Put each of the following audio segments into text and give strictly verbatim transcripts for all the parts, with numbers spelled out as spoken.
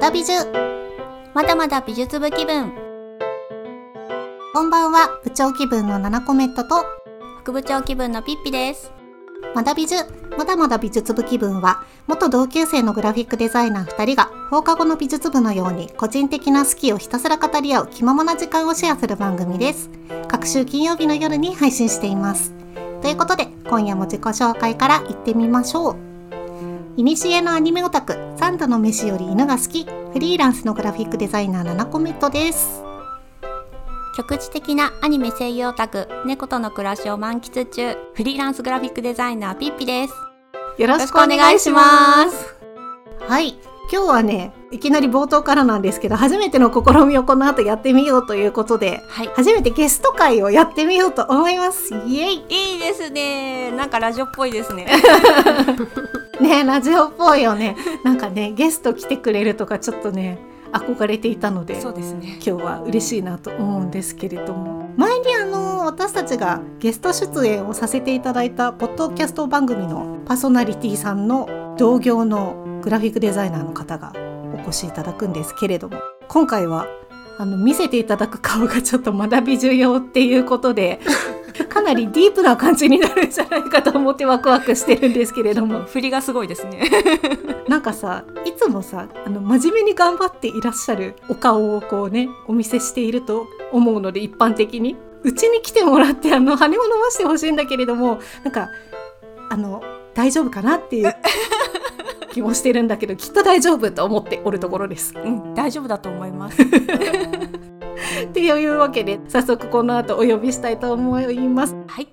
だ美術、 まだまだ美術部気分。 こんばんは。部長気分のナナコメットと副部長気分のピッピです。 まだ美術、まだまだ美術部気分は、元同級生のグラフィックデザイナーふたりが放課後の美術部のように個人的な好きをひたすら語り合う気ままな時間をシェアする番組です。各週金曜日の夜に配信しています。ということで、今夜も自己紹介から行ってみましょう。いにしえのアニメオタク、三度の飯より犬が好き、フリーランスのグラフィックデザイナーナナコメットです。 局地的なアニメ声優オタク、猫との暮らしを満喫中、フリーランスグラフィックデザイナーピッピです。 よろしくお願いします。はい、今日はね、いきなり冒頭からなんですけど、初めての試みをこの後やってみようということで、はい、初めてゲスト会をやってみようと思います。イエイ。 いいですね。なんかラジオっぽいですね。 ね、ラジオっぽいよね。なんかね、ゲスト来てくれるとかちょっとね、憧れていたので、 そうですね、 今日は嬉しいなと思うんですけれども、前にあの私たちがゲスト出演をさせていただいたポッドキャスト番組のパーソナリティさんの同業のグラフィックデザイナーの方がお越しいただくんですけれども、今回はあの見せていただく顔がちょっとまだ美術用っていうことでかなりディープな感じになるんじゃないかと思ってワクワクしてるんですけれども、 振りがすごいですね。 なんかさ、いつもさ、あの真面目に頑張っていらっしゃるお顔をこうね、お見せしていると思うので、一般的にうちに来てもらってあの羽を伸ばしてほしいんだけれども、なんかあの大丈夫かなっていう気もしてるんだけど、きっと大丈夫と思っておるところです。 うん、大丈夫だと思います。 っていうわけで、早速この後お呼びしたいと思います。 はい。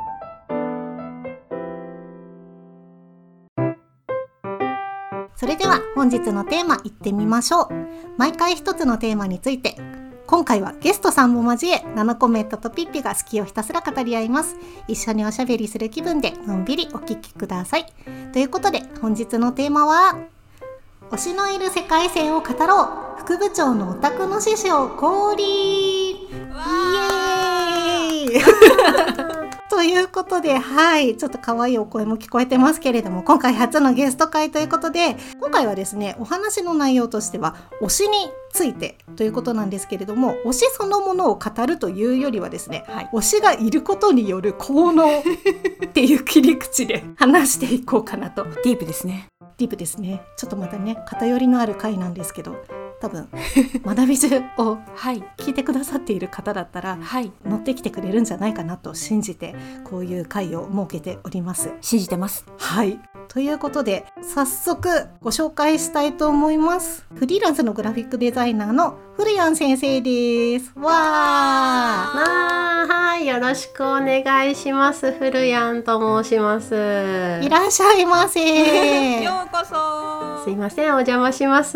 それでは本日のテーマいってみましょう。毎回一つのテーマについて、今回はゲストさんも交え、ナナコメットとピッピが好きをひたすら語り合います。一緒におしゃべりする気分でのんびりお聞きください。ということで、本日のテーマは、推しのいる世界線を語ろう、副部長のオタクの師匠降臨。イエーイ。ということで、はい、ちょっと可愛いお声も聞こえてますけれども、今回初のゲスト会ということで、今回はですね、お話の内容としては推しについてということなんですけれども、推しそのものを語るというよりはですね、はい、推しがいることによる効能っていう切り口で話していこうかなと。 ディープですね。 ディープですね。ちょっとまたね、偏りのある回なんですけど、多分まだ美術を聞いてくださっている方だったら、はい、乗ってきてくれるんじゃないかなと信じて、こういう回を設けております。 信じてます。 はい、ということで早速ご紹介したいと思います。フリーランスのグラフィックデザイナーの古谷先生です。わー、 あー、はい、よろしくお願いします。古谷と申します。 いらっしゃいませ。 ようこそ。 すいません、お邪魔します。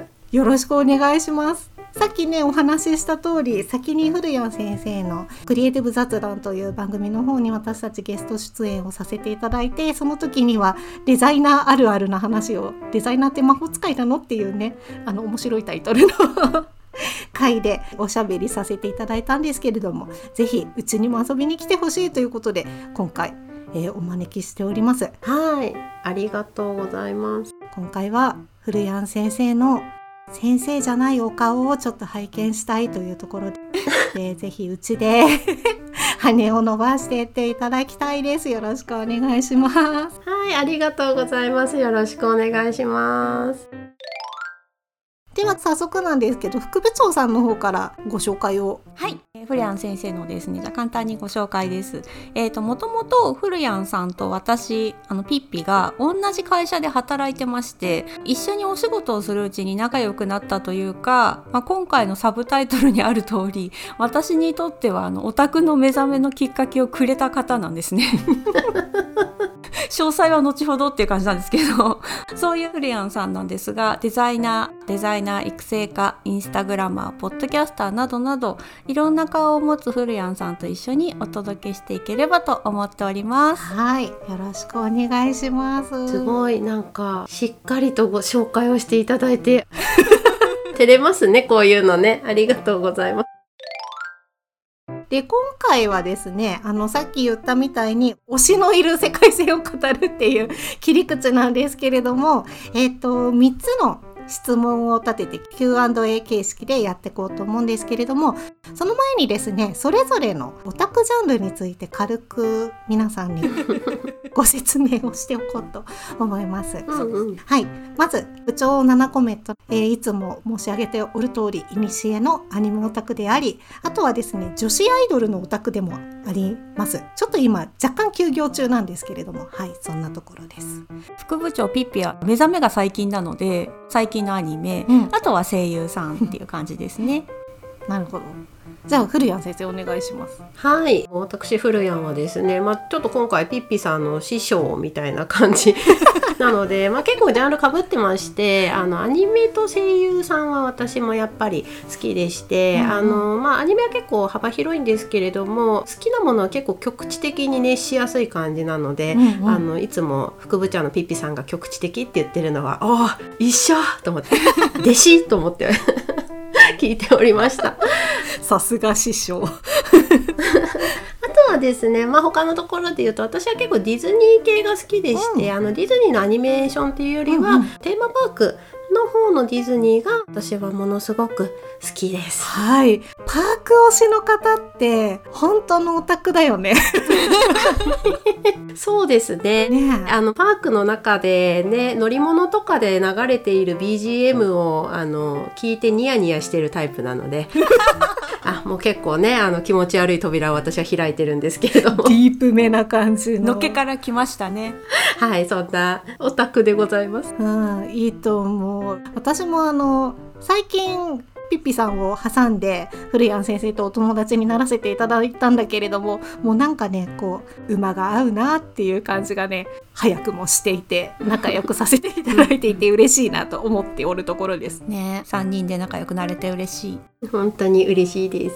よろしくお願いします。さっきねお話しした通り、先に古谷先生のクリエイティブ雑談という番組の方に私たちゲスト出演をさせていただいて、その時にはデザイナーあるあるな話を、デザイナーって魔法使いなのっていうね、あの面白いタイトルの回でおしゃべりさせていただいたんですけれども、ぜひうちにも遊びに来てほしいということで今回、えー、お招きしております。 はい、ありがとうございます。 今回は古谷先生の先生じゃないお顔をちょっと拝見したいというところ で, でぜひうちで羽を伸ばしていっていただきたいです。よろしくお願いします。はい、ありがとうございます。よろしくお願いします。 では早速なんですけど、副部長さんの方からご紹介を。 はい、フリアン先生のですね、じゃあ簡単にご紹介です。えーと、もともとフリアンさんと私、あのピッピが同じ会社で働いてまして、一緒にお仕事をするうちに仲良くなったというか、まあ、今回のサブタイトルにある通り、私にとってはあのオタクの目覚めのきっかけをくれた方なんですね。詳細は後ほどっていう感じなんですけど、そういうフリアンさんなんですが、デザイナー、デザイナー育成家、インスタグラマー、ポッドキャスターなどなど、いろんな顔を持つフリアンさんと一緒にお届けしていければと思っております。 はい、よろしくお願いします。 すごいなんかしっかりとご紹介をしていただいて照れますね、こういうのね。ありがとうございます。 で今回はですね、あのさっき言ったみたいに推しのいる世界線を語るっていう切り口なんですけれども、えっとみっつの質問を立てて キューアンドエー 形式でやっていこうと思うんですけれども、その前にですね、それぞれのオタクジャンルについて軽く皆さんにご説明をしておこうと思います。 うんうん、 はい、まず部長ななコメント、えー、いつも申し上げておる通り古のアニメオタクであり、あとはですね女子アイドルのオタクでもあります。ちょっと今若干休業中なんですけれども、はい、そんなところです。 副部長ピッピは目覚めが最近なので最近のアニメ、うん、あとは声優さんっていう感じですね。 なるほど。じゃあ古谷先生お願いします。 はい、私古谷はですね、まあ、ちょっと今回ピッピさんの師匠みたいな感じなので、まあ、結構ジャンルかぶってまして、あのアニメと声優さんは私もやっぱり好きでして、うんうん、あのまあ、アニメは結構幅広いんですけれども、好きなものは結構局地的に熱しやすい感じなので、うんうん、あのいつも副部長のピッピさんが局地的って言ってるのは、おー一緒と思って弟子と思って聞いておりました。 さすが師匠。 あとはですね、まあ、他のところで言うと私は結構ディズニー系が好きでして、うん、あのディズニーのアニメーションっていうよりは、うんうん、テーマパークの方のディズニーが私はものすごく好きです。 はい、パーク推しの方って本当のオタクだよね。 そうですね。 ね、 あのパークの中でね、乗り物とかで流れている ビージーエム をあの聞いてニヤニヤしてるタイプなのであ、もう結構ね、あの気持ち悪い扉を私は開いてるんですけれども、 ディープめな感じののっけから来ましたね。 はい、そんなオタクでございます。 うん、いいと思う。私もあの最近ピッピさんを挟んで古谷先生とお友達にならせていただいたんだけれども、もうなんかね、こう馬が合うなっていう感じがね、早くもしていて、仲良くさせていただいていて嬉しいなと思っておるところですね。さんにんで仲良くなれて嬉しい。 本当に嬉しいです。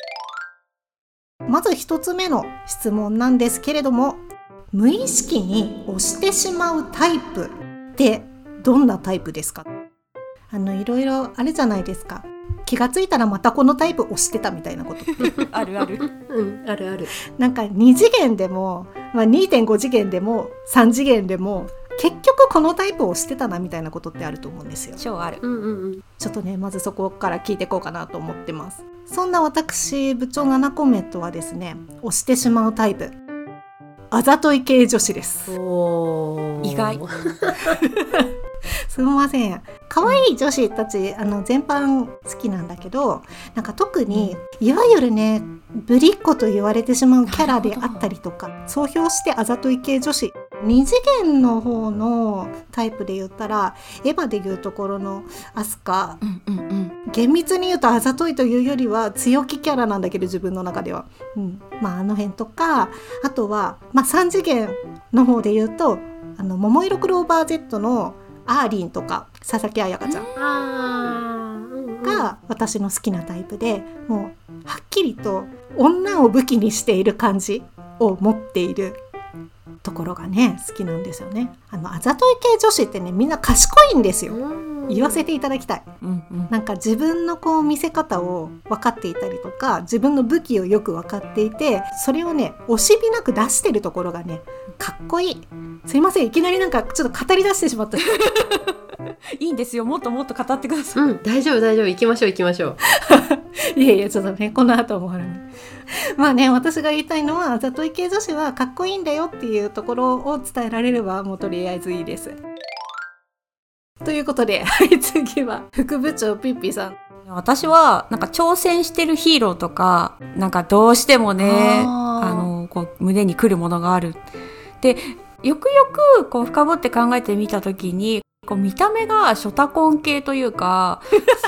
まず一つ目の質問なんですけれども、無意識に押してしまうタイプってどんなタイプですか？あのいろいろあるじゃないですか。気がついたらまたこのタイプ押してたみたいなことあるある、 うん、あるある。 なんかに次元でも、まあ、にてんご 次元でもさん次元でも結局このタイプを押してたなみたいなことってあると思うんですよ。 超ある、 うんうんうん、 ちょっとね、まずそこから聞いていこうかなと思ってます。そんな私部長ななコメントはですね、押してしまうタイプ、あざとい系女子です。 お意外。 すみません。可愛い女子たちあの全般好きなんだけど、なんか特にいわゆるねぶりっ子と言われてしまうキャラであったりとか、総評してあざとい系女子、に次元の方のタイプで言ったらエヴァで言うところのアスカ、 うんうんうん、 厳密に言うとあざといというよりは強気キャラなんだけど自分の中では、うん、まああの辺とか、あとは、まあ、さん次元の方で言うとあの桃色クローバー Z のアーリンとか佐々木彩香ちゃんが私の好きなタイプで、もうはっきりと女を武器にしている感じを持っているところがね好きなんですよね。あのあざとい系女子ってね、みんな賢いんですよ。言わせていただきたい、うんうん、なんか自分のこう見せ方を分かっていたりとか、自分の武器をよく分かっていて、それをね惜しみなく出してるところがねかっこいい。すいません、いきなりなんかちょっと語り出してしまった。いいんですよ、もっともっと語ってください。 うん、大丈夫大丈夫、行きましょう行きましょう。 いやいや、ちょっとねこの後もある。まあね、私が言いたいのはあざとい系女子はかっこいいんだよっていうところを伝えられればもうとりあえずいいです。ということで、はい、次は副部長ピッピさん。 私はなんか挑戦してるヒーローとか、なんかどうしてもね、ああのこう胸に来るものがある。で、よくよくこう深掘って考えてみたときに、こう見た目がショタコン系というか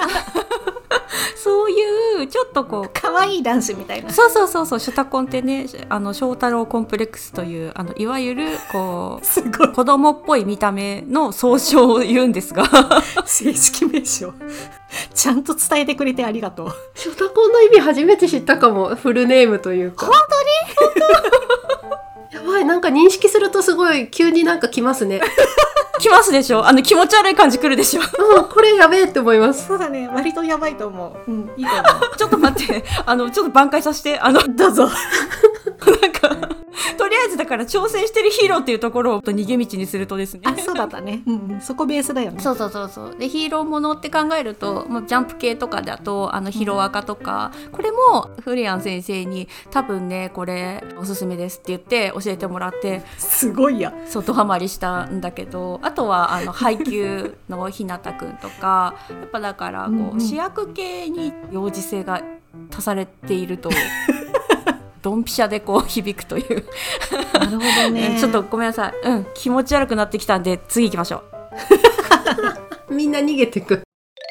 そういうちょっとこう可愛い男子みたいな。 そうそうそうそう、ショタコンってね、あの翔太郎コンプレックスという、あのいわゆるこうすごい子供っぽい見た目の総称を言うんですが正式名称ちゃんと伝えてくれてありがとう。 ショタコンの意味初めて知ったかも。フルネームというか。 本当に？本当？やばい、なんか認識するとすごい急になんか来ますね。 来ますでしょ。あの気持ち悪い感じ来るでしょ。 うん、これやべえって思います。 そうだね、割とやばいと思う。うん、いいと思う。 ちょっと待って、あのちょっと挽回させて、あのどうぞ。 なんかとりあえずだかから挑戦してるヒーローっていうところを逃げ道にするとですねあ、そうだったね、うんうん、そこベースだよね。 そうそうそうそうでヒーローものって考えると、まあ、ジャンプ系とかだとあのヒロアカとか、うん、これもフリアン先生に多分ねこれおすすめですって言って教えてもらってすごいやそうドハマりしたんだけど、あとはあの配給のひなたくんとかやっぱだからこう、うんうん、主役系に幼児性が足されているとドンピシャでこう響くというなるほどねちょっとごめんなさい、うん、気持ち悪くなってきたんで次行きましょうみんな逃げてく。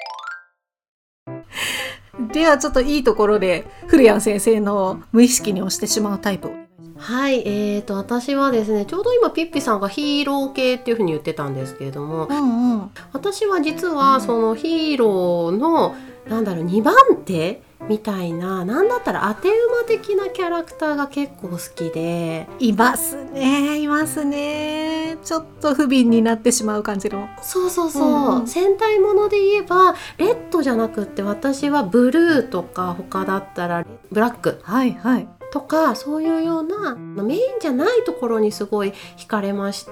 ではちょっといいところで古谷先生の無意識に押してしまうタイプを。 はい、えーと私はですねちょうど今ピッピさんがヒーロー系っていう風に言ってたんですけれども、 うんうん、 私は実はそのヒーローのなんだろうにばん手みたいな、なんだったら当て馬的なキャラクターが結構好きで。 いますねいますね。ちょっと不憫になってしまう感じの。 そうそうそう、 うんうん、 戦隊もので言えばレッドじゃなくって私はブルーとか他だったらブラック、 はいはいとかそういうようなメインじゃないところにすごい惹かれまして、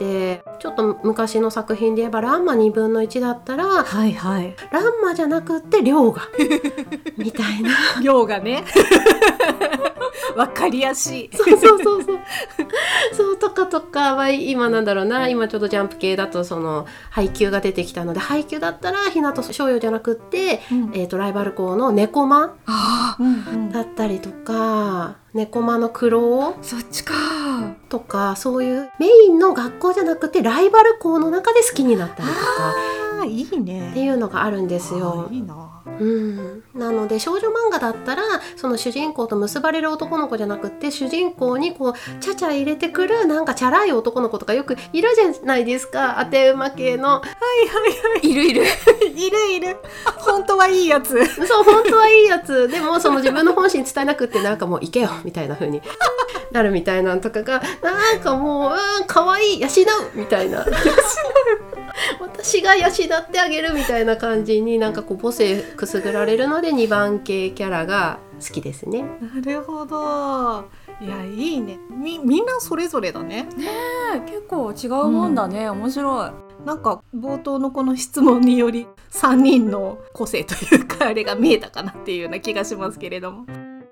ちょっと昔の作品で言えばランマにぶんのいちだったら、 はいはい、 ランマじゃなくってリョウガみたいなリョウガねわかりやすいそうそうそうそうそうとかとかは今なんだろうな、今ちょっとジャンプ系だとその配給が出てきたので、配給だったらひなと翔陽じゃなくって、うん、えーとライバル校の猫間だったりとか、猫間の苦労そっちかとか、そういうメインの学校じゃなくてライバル校の中で好きになったりとか、 あいいねっていうのがあるんですよ。 いいな、 うん、なので少女漫画だったらその主人公と結ばれる男の子じゃなくって主人公にこうちゃちゃ入れてくるなんかチャラい男の子とかよくいるじゃないですか、当て馬系の。はいはいはいいるいるいるいる本当はいいやつそう本当はいいやつでもその自分の本心伝えなくってなんかもう行けよみたいな風になるみたいなのとかがなんかもううん可愛い養うみたいな私が養ってあげるみたいな感じになんかこう母性くすぐられるのでにばん系キャラが好きですね。 なるほど、いやいいね。 み, みんなそれぞれだね。 ねえ結構違うもんだね、うん、面白い。 なんか冒頭のこの質問によりさんにんの個性というかあれが見えたかなっていうような気がしますけれども、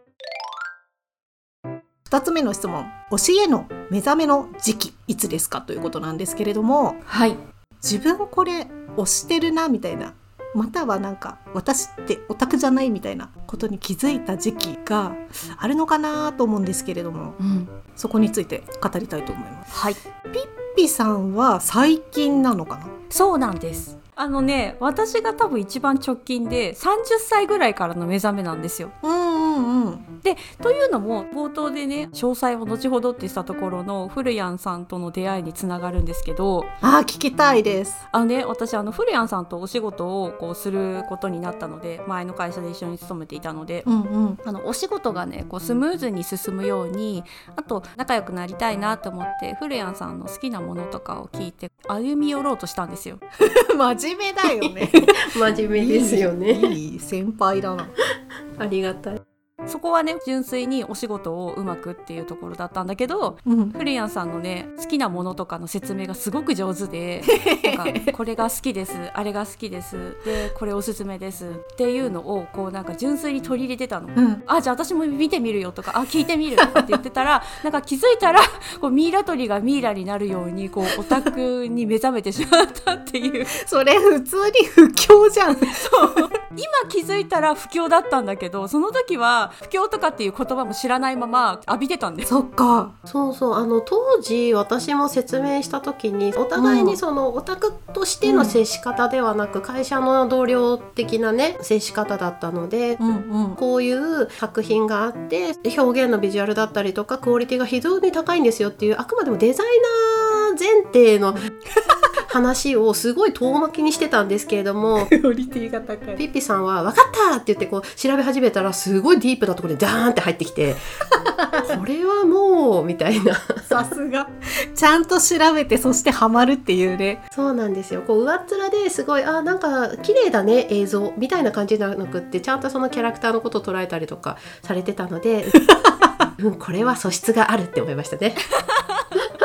ふたつめの質問、推しへの目覚めの時期いつですかということなんですけれども、 はい、 自分これ推してるなみたいな、またはなんか私ってオタクじゃないみたいなことに気づいた時期があるのかなと思うんですけれども、うん、そこについて語りたいと思います。 はい、 ピッピさんは最近なのかな？ そうなんです。あのね、私が多分一番直近でさんじゅっさいぐらいからの目覚めなんですよ。 うんうんうん。 でというのも冒頭でね詳細を後ほどってしたところのフルヤンさんとの出会いにつながるんですけど、 あー聞きたいです。 あのね、私あのフルヤンさんとお仕事をこうすることになったので、前の会社で一緒に勤めていたので、 うんうん、 あのお仕事がねこうスムーズに進むように、あと仲良くなりたいなと思ってフルヤンさんの好きなものとかを聞いて歩み寄ろうとしたんですよ。 真面目だよね真面目ですよね。 いい、いい先輩だなありがたい。 そこはね純粋にお仕事をうまくっていうところだったんだけど、うん、フリアンさんのね好きなものとかの説明がすごく上手でなんかこれが好きです、あれが好きです、でこれおすすめですっていうのをこうなんか純粋に取り入れてたの、うん、あじゃあ私も見てみるよとか、あ聞いてみるとかって言ってたらなんか気づいたらこうミイラ取りがミイラになるようにこうオタクに目覚めてしまったっていうそれ普通に不況じゃん。そう今気づいたら不況だったんだけど、その時は不況とかっていう言葉も知らないまま浴びてたんです。 そっか。 そうそう、あの当時私も説明した時にお互いにそのオタクとしての接し方ではなく、うん、会社の同僚的なね接し方だったので、うんうん、こういう作品があって表現のビジュアルだったりとかクオリティが非常に高いんですよっていう、あくまでもデザイナー前提の話をすごい遠巻きにしてたんですけれどもクオリティが高い。 ピッピさんは分かったって言ってこう調べ始めたらすごいディープなところでダーンって入ってきてこれはもうみたいなさすがちゃんと調べてそしてハマるっていうね。 そうなんですよ。こう上っ面ですごいあなんか綺麗だね映像みたいな感じじゃなくってちゃんとそのキャラクターのことを捉えたりとかされてたのでうん、これは素質があるって思いましたね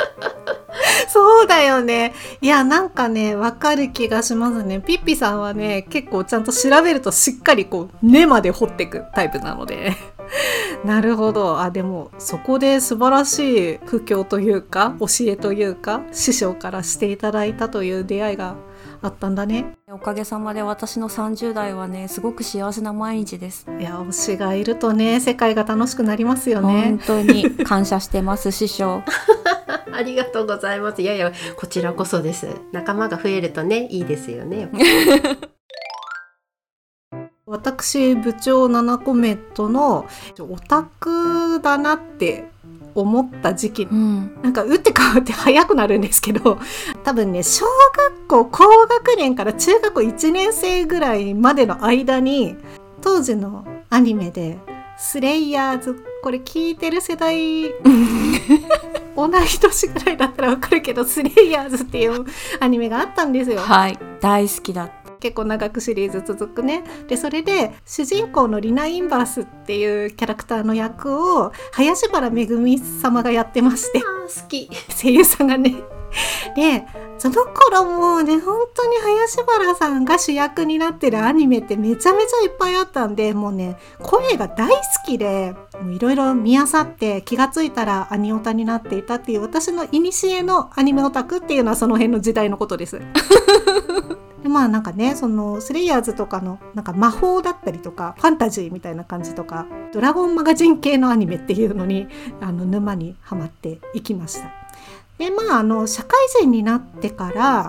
そうだよね。いやなんかねわかる気がしますね。ピッピさんはね結構ちゃんと調べるとしっかりこう根まで掘っていくタイプなのでなるほど。あでもそこで素晴らしい布教というか教えというか師匠からしていただいたという出会いがあったんだね。 おかげさまで私のさんじゅう代はねすごく幸せな毎日です。 いや推しがいるとね世界が楽しくなりますよね。 本当に感謝してます師匠ありがとうございます。いやいやこちらこそです。仲間が増えるとねいいですよね私部長ナナコメットのオタクだなって思った時期、 うん、 なんか打って変わって早くなるんですけど多分ね小学校高学年から中学校いちねん生ぐらいまでの間に当時のアニメでスレイヤーズ、これ聞いてる世代同い年ぐらいだったらわかるけどスレイヤーズっていうアニメがあったんですよ。 はい大好きだった。 結構長くシリーズ続くね。でそれで主人公のリナ・インバースっていうキャラクターの役を林原めぐみ様がやってまして、 あ好き声優さんがねでその頃もうね本当に林原さんが主役になってるアニメってめちゃめちゃいっぱいあったんで、もうね声が大好きでいろいろ見漁って気がついたらアニオタになっていたっていう私の古のアニメオタクっていうのはその辺の時代のことですでまあなんかねそのスレイヤーズとかのなんか魔法だったりとかファンタジーみたいな感じとかドラゴンマガジン系のアニメっていうのにあの沼にはまっていきました。でまああの社会人になってから、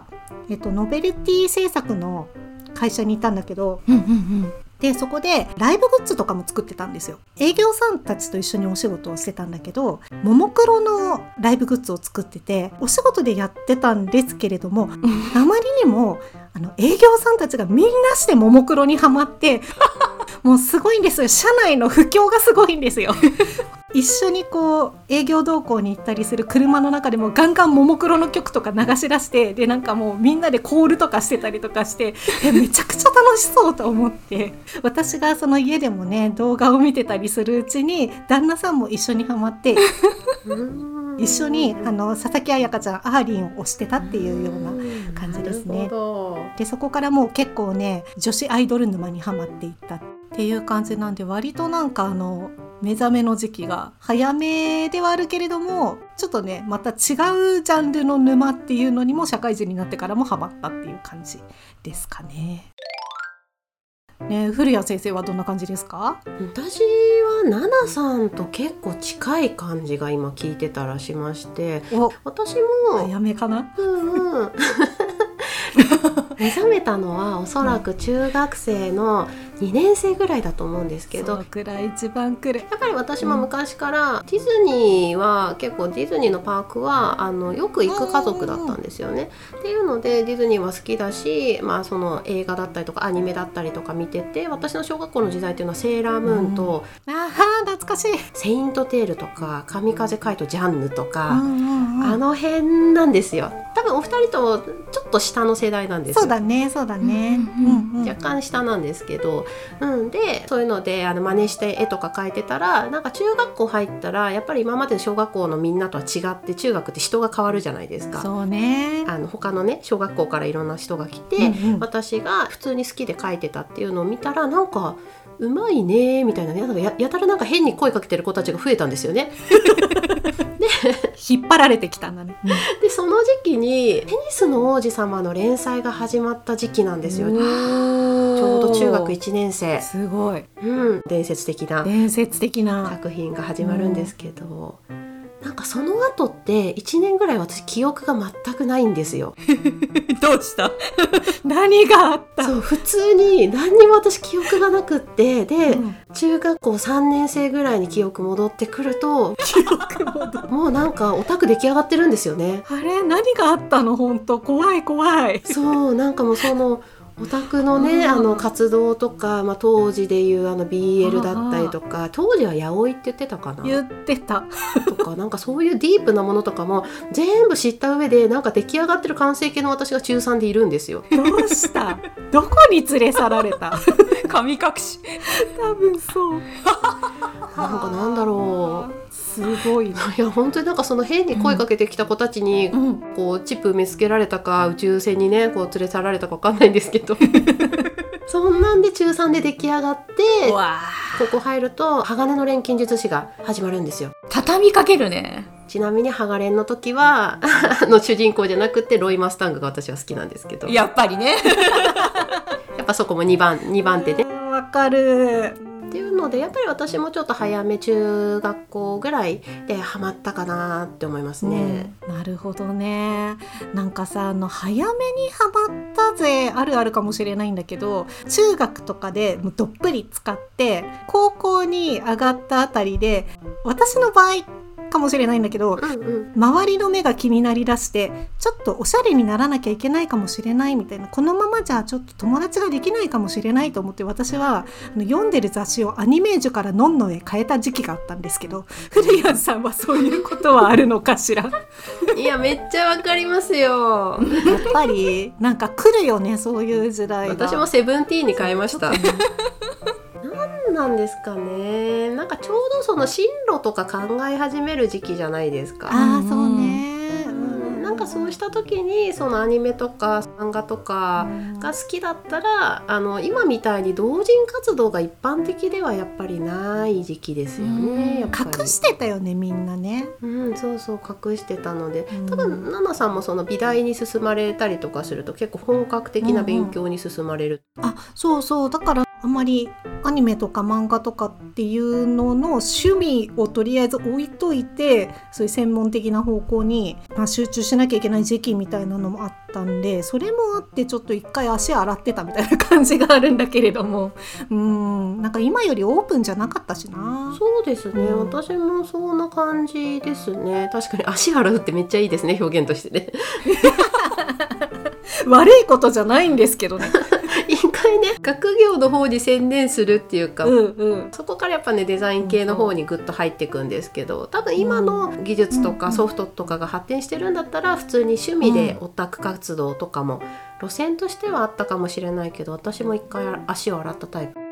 えっと、ノベルティ制作の会社にいたんだけど、 うんうんうんでそこでライブグッズとかも作ってたんですよ。営業さんたちと一緒にお仕事をしてたんだけどももクロのライブグッズを作っててお仕事でやってたんですけれどもあまりにもあの営業さんたちがみんなしてももクロにハマってもうすごいんですよ。社内の不況がすごいんですよ一緒にこう営業同行に行ったりする車の中でもガンガンももクロの曲とか流し出してでなんかもうみんなでコールとかしてたりとかしてえめちゃくちゃ楽しそうと思って私がその家でもね動画を見てたりするうちに旦那さんも一緒にハマって一緒にあの佐々木彩香ちゃんアーリンを推してたっていうような感じですね。でそこからもう結構ね女子アイドル沼にハマっていったっていう感じなんで割となんかあの目覚めの時期が早めではあるけれどもちょっとねまた違うジャンルの沼っていうのにも社会人になってからもハマったっていう感じですかね。ね、古谷先生はどんな感じですか？ 私はナナさんと結構近い感じが今聞いてたらしまして、 お私も早めかなうんうん目覚めたのはおそらく中学生のにねん生ぐらいだと思うんですけど、 そのくらい一番来る。 やっぱり私も昔からディズニーは結構ディズニーのパークはあのよく行く家族だったんですよね。っていうのでディズニーは好きだし、まあ、その映画だったりとかアニメだったりとか見てて、私の小学校の時代っていうのはセーラームーンと、 うん、あー懐かしいセイントテールとか神風カイトジャンヌとか、 うんうんうん、 あの辺なんですよ。多分お二人とちょっと下の世代なんですよ。 そうだねそうだね、 うんうんうんうん、 若干下なんですけど、うん、でそういうのであの真似して絵とか描いてたら、なんか中学校入ったらやっぱり今までの小学校のみんなとは違って中学って人が変わるじゃないですか。 そうね、 あの他のね小学校からいろんな人が来て、 うんうん、 私が普通に好きで描いてたっていうのを見たらなんかうまいねみたいなね、なんか や, やたらなんか変に声かけてる子たちが増えたんですよねで引っ張られてきたんだね、うん、 でその時期にテニスの王子様の連載が始まった時期なんですよ。ちょうど中学いちねん生、 すごい、 うん、伝説的な伝説的な作品が始まるんですけど、なんかその後っていちねんぐらい私記憶が全くないんですよどうした何があった？ そう普通に何にも私記憶がなくってで、 うん、 中学校さんねん生ぐらいに記憶戻ってくると記憶戻るもうなんかオタク出来上がってるんですよね。 あれ何があったの？本当怖い怖い。 そうなんかもうそのオタクのね、あの活動とか、まあ、当時でいうあの ビーエル だったりとか、当時はヤオイって言ってたかな言ってたとか、なんかそういうディープなものとかも全部知った上でなんか出来上がってる完成形の私が中さんでいるんですよ。 どうしたどこに連れ去られた神隠し多分そうなんかなんだろう、 すごいな。 いや本当になんかその変に声かけてきた子たちに、 うん、 こうチップ埋めつけられたか宇宙船にねこう連れ去られたか分かんないんですけどそんなんで中さんで出来上がってわここ入ると鋼の錬金術師が始まるんですよ。 畳みかけるね。 ちなみに鋼錬の時はあの主人公じゃなくてロイ・マスタングが私は好きなんですけど、 やっぱりねやっぱそこもにばんにばん手でわかるっていうので、やっぱり私もちょっと早め中学校ぐらいでハマったかなって思いますね、 うん、なるほどね。なんかさ、あの早めにハマったぜあるあるかもしれないんだけど、中学とかでもうどっぷり使って高校に上がったあたりで、私の場合かもしれないんだけど、 うんうん、 周りの目が気になりだして、ちょっとおしゃれにならなきゃいけないかもしれないみたいな、このままじゃちょっと友達ができないかもしれないと思って、私はあの読んでる雑誌をアニメージュからノンノへ変えた時期があったんですけど、古谷さんはそういうことはあるのかしらいやめっちゃわかりますよ。 やっぱりなんか来るよね、そういう時代が。 私もセブンティーンに変えました。何なんですかね、なんかちょうどその進路とか考え始める時期じゃないですか。 ああそうね、 うん、なんかそうした時にそのアニメとか漫画とかが好きだったら、あの今みたいに同人活動が一般的ではやっぱりない時期ですよね。やっぱり隠してたよねみんなね。 うん、そうそう隠してたので、 うん、 多分ナナさんもその美大に進まれたりとかすると結構本格的な勉強に進まれる、 うんうん、あそうそう、だからあんまりアニメとか漫画とかっていうのの趣味をとりあえず置いといて、そういう専門的な方向に、まあ、集中しなきゃいけない時期みたいなのもあったんで、それもあってちょっと一回足洗ってたみたいな感じがあるんだけれども、うーんなんか今よりオープンじゃなかったしな。 そうですね、うん、私もそんな感じですね。確かに足洗うってめっちゃいいですね、表現としてね悪いことじゃないんですけどね一回ね学業の方に専念するっていうか、 うんうん、 そこからやっぱねデザイン系の方にグッと入っていくんですけど、多分今の技術とかソフトとかが発展してるんだったら、普通に趣味でオタク活動とかも路線としてはあったかもしれないけど、私も一回足を洗ったタイプ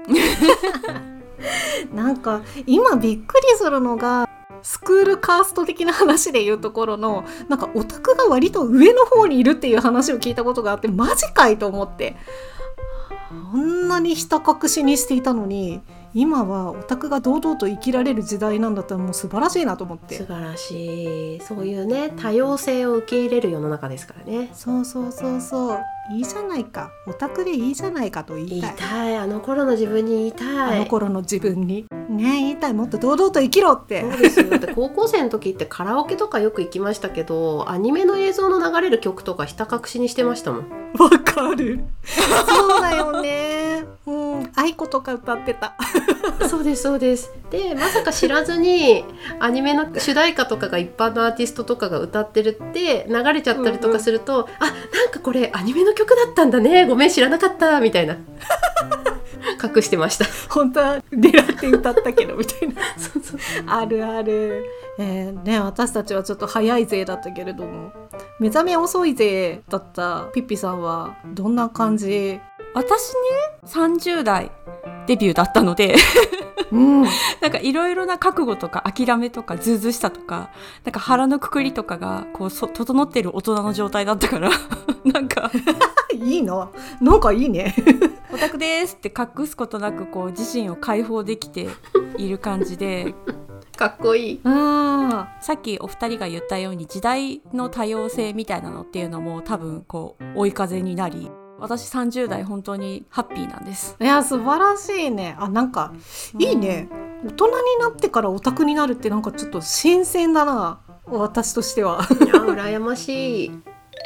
なんか今びっくりするのが、スクールカースト的な話でいうところの、なんかオタクが割と上の方にいるっていう話を聞いたことがあって、マジかいと思って、こんなにひた隠しにしていたのに、今はオタクが堂々と生きられる時代なんだったらもう素晴らしいなと思って。 素晴らしい、そういうね多様性を受け入れる世の中ですからね。 そうそうそうそう、いいじゃないか、オタクでいいじゃないかと言いたい。 言いたい、あの頃の自分に言いたい。 あの頃の自分にね言いたい、もっと堂々と生きろって。 そうですよ、だって高校生の時ってカラオケとかよく行きましたけど、アニメの映像の流れる曲とかひた隠しにしてましたもん。 わかるそうだよね、うん、愛子とか歌ってたそうですそうです。でまさか知らずにアニメの主題歌とかが一般のアーティストとかが歌ってるって流れちゃったりとかすると、うんうん、あなんかこれアニメの曲だったんだね、ごめん知らなかったみたいな隠してました。 本当はリラって歌ったけどみたいなそうそうあるある、えーね、私たちはちょっと早い勢だったけれども、目覚め遅い勢だったピッピさんはどんな感じ？ 私ねさんじゅう代デビューだったのでうん、なんかいろいろな覚悟とか諦めとかずうずうしさとか、なんか腹のくくりとかがこうそ整っている大人の状態だったからなんかいいな、なんかいいねオタクですって隠すことなくこう自身を解放できている感じでかっこいい。 あさっきお二人が言ったように時代の多様性みたいなのっていうのも多分こう追い風になり、私さんじゅう代本当にハッピーなんです。 いや素晴らしいね。あなんかいいね、うん、大人になってからオタクになるってなんかちょっと新鮮だな、私としては。 いや羨ましい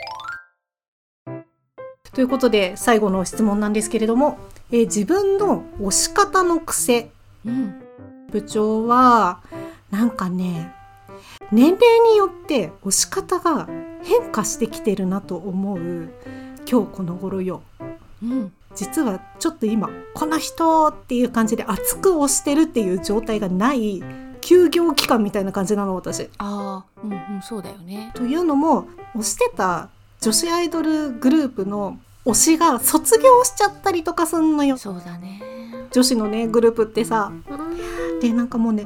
ということで最後の質問なんですけれども、えー、自分の推し方の癖、うん、部長はなんかね年齢によって推し方が変化してきてるなと思う今日この頃よ、うん、実はちょっと今この人っていう感じで熱く推してるっていう状態がない休業期間みたいな感じなの私。 ああ、うんうん、そうだよね。 というのも推してた女子アイドルグループの推しが卒業しちゃったりとかすんのよ。 そうだね、 女子のねグループってさ、でなんかもうね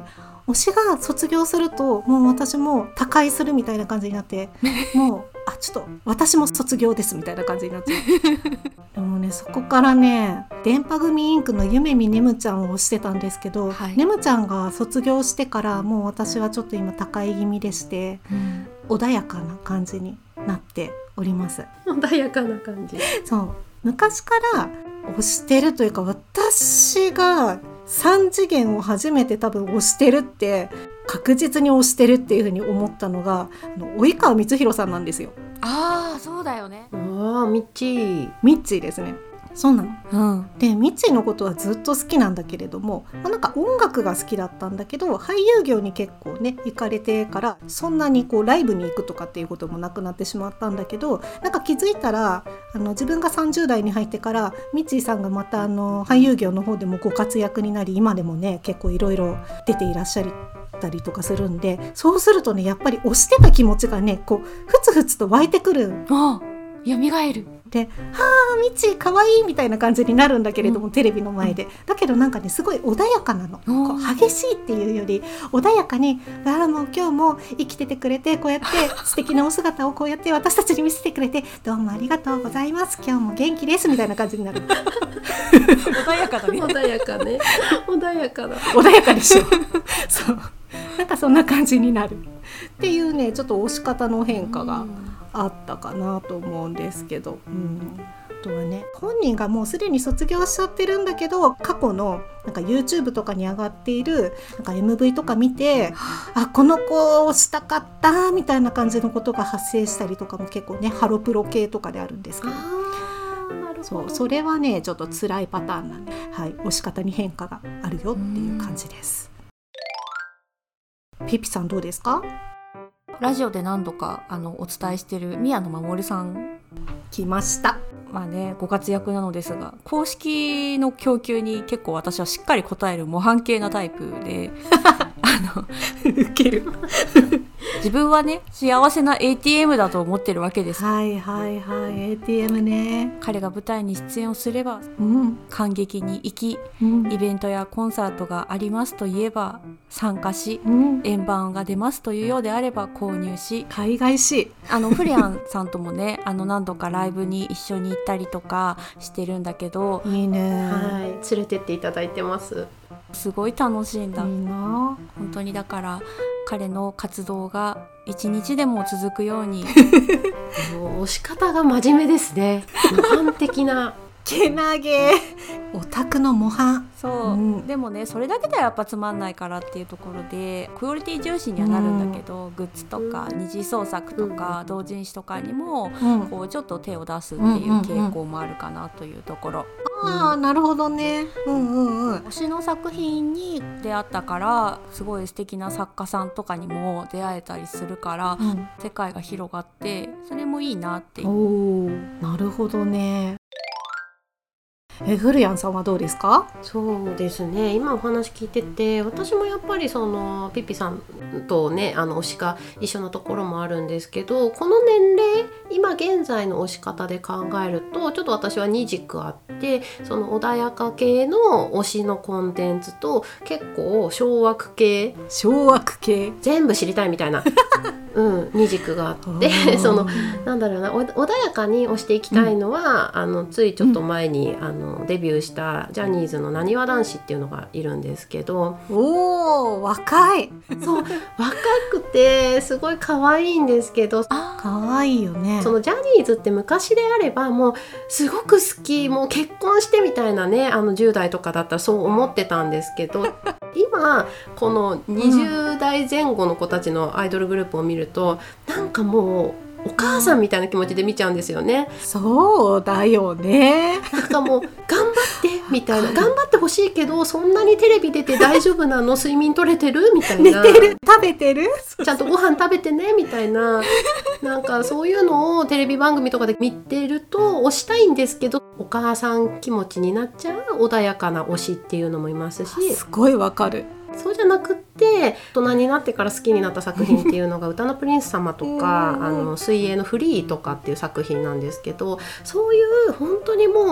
推しが卒業するともう私も他界するみたいな感じになってもうあちょっと私も卒業ですみたいな感じになっちゃうでもねそこからね電波組インクのゆめみねむちゃんを推してたんですけど、はい、ねむちゃんが卒業してからもう私はちょっと今他界気味でして、うん、穏やかな感じになっております。 穏やかな感じ。 そう昔から推してるというか私がさん次元を初めて多分推してるって確実に推してるっていう風に思ったのがあの及川光弘さんなんですよ。 ああそうだよね。 ああミッチーミッチーですね。そうなの、 うん、 でミッチーのことはずっと好きなんだけれども、まあ、なんか音楽が好きだったんだけど俳優業に結構ね行かれてからそんなにこうライブに行くとかっていうこともなくなってしまったんだけど、なんか気づいたらあの自分がさんじゅう代に入ってからミッチーさんがまたあの俳優業の方でもご活躍になり今でもね結構いろいろ出ていらっしゃりたりとかするんで、そうするとねやっぱり推してた気持ちがねこうふつふつと湧いてくる。 あ蘇るで、はあみちかわいいみたいな感じになるんだけれども、うん、テレビの前でだけどなんかねすごい穏やかなの、うん、こう激しいっていうより穏やかにあもう今日も生きててくれてこうやって素敵なお姿をこうやって私たちに見せてくれてどうもありがとうございます今日も元気ですみたいな感じになる穏やかだね穏やかね穏やかだ穏やかでしょそうなんかそんな感じになるっていうねちょっと推し方の変化があったかなと思うんですけど、うん、あとはね本人がもうすでに卒業しちゃってるんだけど過去のなんか YouTube とかに上がっているなんか エムブイ とか見てあこの子をしたかったみたいな感じのことが発生したりとかも結構ねハロプロ系とかであるんですけど、 あなるほどそうそれはねちょっと辛いパターンなんで、はい、推し方に変化があるよっていう感じです。ピピさんどうですか？ ラジオで何度かあのお伝えしている宮野真守さん来ました。 まあねご活躍なのですが公式の供給に結構私はしっかり応える模範系なタイプであのウケる自分はね幸せな エーティーエム だと思ってるわけです。 はいはいはい エーティーエム ね。 彼が舞台に出演をすれば、 うん、 観劇に行き、 うん、 イベントやコンサートがありますといえば参加し、 うん、 円盤が出ますというようであれば購入し、 海外しあのフレアンさんともねあの何度かライブに一緒に行ったりとかしてるんだけどいいね、 はい、連れてっていただいてます。 すごい楽しいんだ。 いいな本当にだから彼の活動が一日でも続くようにもう推し方が真面目ですね。模範的なけなげオタクの模範。 そう、うん、でもねそれだけではやっぱつまんないからっていうところでクオリティ重視にはなるんだけど、うん、グッズとか二次創作とか、うん、同人誌とかにも、うん、こうちょっと手を出すっていう傾向もあるかなというところ、 うんうんうん、ああなるほどね、うんうんうん、 推しの作品に出会ったからすごい素敵な作家さんとかにも出会えたりするから、うん、世界が広がってそれもいいなっていう。 おーなるほどね。えフルヤンさんはどうですか？ そうですね今お話聞いてて私もやっぱりそのピッピさんとねあの推しが一緒のところもあるんですけどこの年齢今現在の推し方で考えるとちょっと私はに軸あってその穏やか系の推しのコンテンツと結構掌握系掌握系全部知りたいみたいなうん、に軸があってそのなんだろうな穏やかに推していきたいのは、うん、あのついちょっと前に、うん、あのデビューしたジャニーズのなにわ男子っていうのがいるんですけどおー若いそう若くてすごい可愛いんですけど可愛いよね。 そのジャニーズって昔であればもうすごく好きもう結婚してみたいなねあのじゅう代とかだったらそう思ってたんですけど今このにじゅう代前後の子たちのアイドルグループを見ると、うん、なんかもうお母さんみたいな気持ちで見ちゃうんですよね。 そうだよね。 なんかもう頑張ってみたいな頑張ってほしいけどそんなにテレビ出て大丈夫なの睡眠取れてるみたいな寝てる食べてるちゃんとご飯食べてねみたいななんかそういうのをテレビ番組とかで見てると推したいんですけどお母さん気持ちになっちゃう穏やかな推しっていうのもいますしすごいわかる。 そうじゃなくって大人になってから好きになった作品っていうのが歌のプリンス様とかあの水泳のフリーとかっていう作品なんですけどそういう本当にもう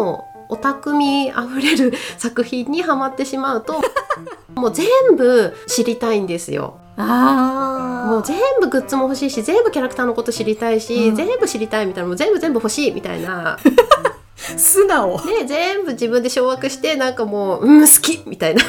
オタク味あふれる作品にハマってしまうともう全部知りたいんですよ。 あもう全部グッズも欲しいし、全部キャラクターのこと知りたいし、うん、全部知りたいみたいな、もう全部全部欲しいみたいな素直で全部自分で掌握して、なんかもううん好きみたいな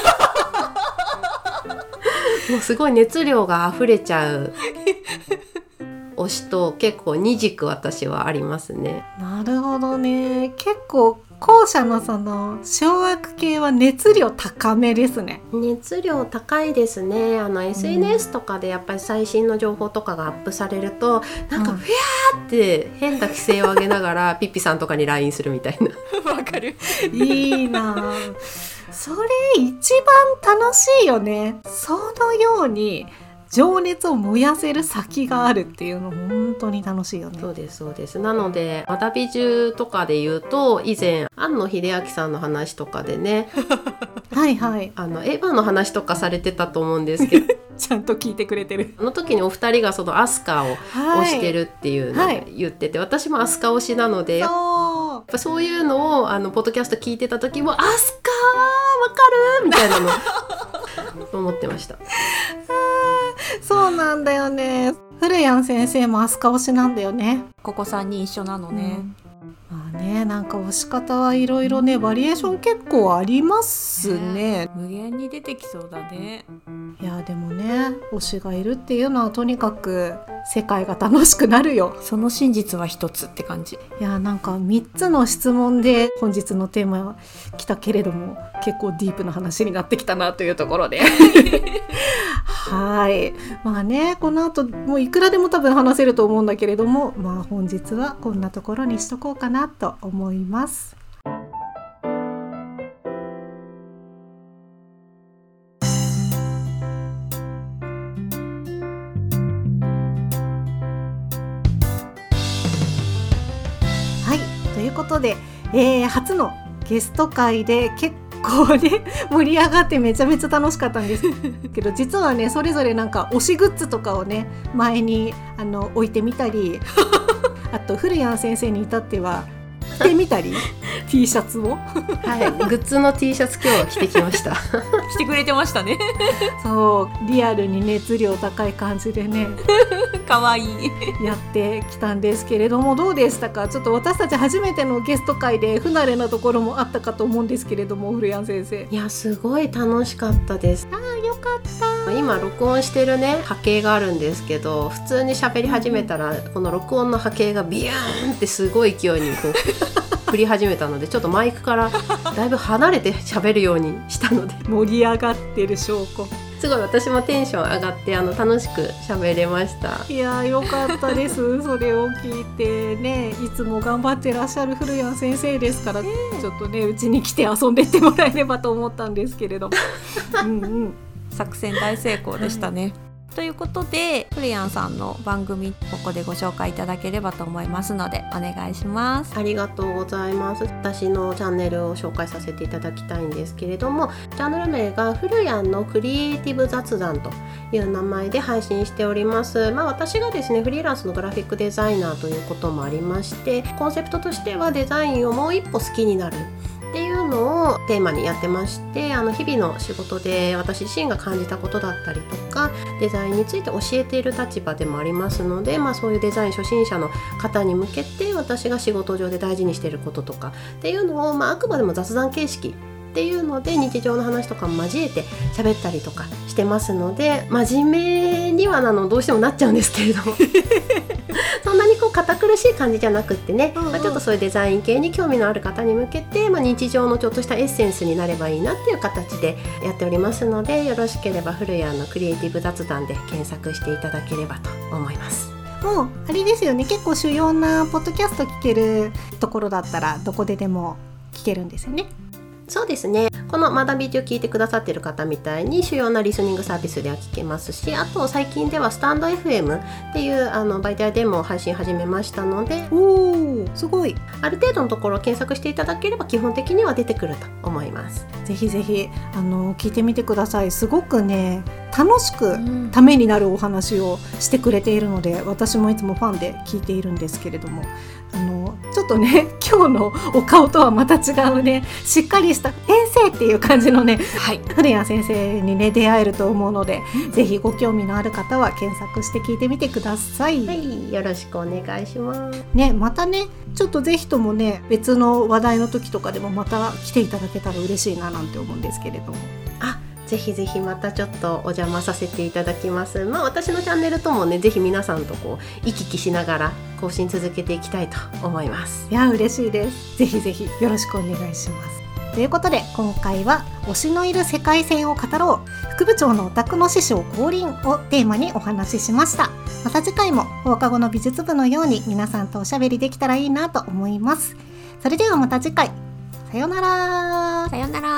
もうすごい熱量が溢れちゃう推しと結構二軸私はありますね。 なるほどね。結構後者のその掌握系は熱量高めですね。 熱量高いですね。あの エスエヌエス とかでやっぱり最新の情報とかがアップされると、うん、なんかフィーって変な規制を上げながらピッピさんとかに ライン するみたいなわかる。 いいな。それ一番楽しいよね。そのように情熱を燃やせる先があるっていうの本当に楽しいよね。 そうですそうです。なのでまだ美獣とかで言うと、以前庵野秀明さんの話とかでねはいはい、 あのエヴァの話とかされてたと思うんですけどちゃんと聞いてくれてる。 あの時にお二人がそのアスカを推してるっていうのを言ってて、はい、私もアスカ推しなので、そうやっぱそういうのをあのポッドキャスト聞いてた時も、アスカーわかるみたいなの思ってましたそうなんだよね。古谷先生もアスカ推しなんだよね。 ここさんにん一緒なのね、 うん、まあね、なんか推し方はいろいろね、バリエーション結構ありますね。 無限に出てきそうだね。 いやでもね、推しがいるっていうのはとにかく世界が楽しくなるよ。 その真実は一つって感じ。 いやなんかみっつの質問で本日のテーマ来たけれども、結構ディープな話になってきたなというところではい、まあね、この後もういくらでも多分話せると思うんだけれども、まあ本日はこんなところにしとこうかなと思います。はい、ということで、えー、初のゲスト会で結構ね盛り上がってめちゃめちゃ楽しかったんですけど実はね、それぞれなんか推しグッズとかをね前にあの置いてみたりあと古谷先生に至っては着てみたりT シャツをはい、グッズの T シャツ今日は着てきました着てくれてましたねそうリアルに熱量高い感じでねかわいいやってきたんですけれども、どうでしたか？ちょっと私たち初めてのゲスト会で不慣れなところもあったかと思うんですけれども、古谷先生。 いやすごい楽しかったです。 あーよかった。 今録音してるね波形があるんですけど、普通に喋り始めたらこの録音の波形がビューンってすごい勢いにこう振り始めたので、ちょっとマイクからだいぶ離れて喋るようにしたので盛り上がってる証拠。 すごい私もテンション上がってあの楽しく喋れました。 いやよかったですそれを聞いてね、いつも頑張ってらっしゃる古谷先生ですから、えー、ちょっとねうちに来て遊んでってもらえればと思ったんですけれどうん、うん、 作戦大成功でしたね、はい。ということで古谷さんの番組ここでご紹介いただければと思いますのでお願いします。 ありがとうございます。私のチャンネルを紹介させていただきたいんですけれども、チャンネル名が古谷のクリエイティブ雑談という名前で配信しております。まあ、私がですねフリーランスのグラフィックデザイナーということもありまして、コンセプトとしてはデザインをもう一歩好きになるっていうのをテーマにやってまして、あの日々の仕事で私自身が感じたことだったりとかデザインについて教えている立場でもありますので、まあ、そういうデザイン初心者の方に向けて私が仕事上で大事にしていることとかっていうのを、まあ、あくまでも雑談形式っていうので日常の話とかも交えて喋ったりとかしてますので、真面目にはなのどうしてもなっちゃうんですけれどもそんなにこう堅苦しい感じじゃなくってね、うんうんまあ、ちょっとそういうデザイン系に興味のある方に向けて、まあ、日常のちょっとしたエッセンスになればいいなっていう形でやっておりますので、よろしければ古谷のクリエイティブ雑談で検索していただければと思います。 もうあれですよね、結構主要なポッドキャスト聞けるところだったらどこででも聞けるんですよね。 そうですね、このまだビデオ聞いてくださっている方みたいに主要なリスニングサービスでは聞けますし、あと最近ではスタンド エフエム っていうあの媒体でも配信始めましたので、 おーすごい、 ある程度のところを検索していただければ基本的には出てくると思います。 ぜひぜひあの聞いてみてください。すごくね楽しくためになるお話をしてくれているので、私もいつもファンで聞いているんですけれども、あのちょょっとね今日のお顔とはまた違うねしっかりした先生っていう感じのね、はい、古谷先生にね出会えると思うので、うん、ぜひご興味のある方は検索して聞いてみてください。 はい、よろしくお願いしますね。またねちょっとぜひともね別の話題の時とかでもまた来ていただけたら嬉しいななんて思うんですけれども、 あ、ぜひぜひまたちょっとお邪魔させていただきます。まあ私のチャンネルともねぜひ皆さんとこう行き来しながら更新続けていきたいと思います。 いや嬉しいです。ぜひぜひよろしくお願いします。ということで今回は推しのいる世界線を語ろう副部長のオタクの師匠降臨をテーマにお話ししました。また次回も放課後の美術部のように皆さんとおしゃべりできたらいいなと思います。それではまた次回、さようなら。 さようなら。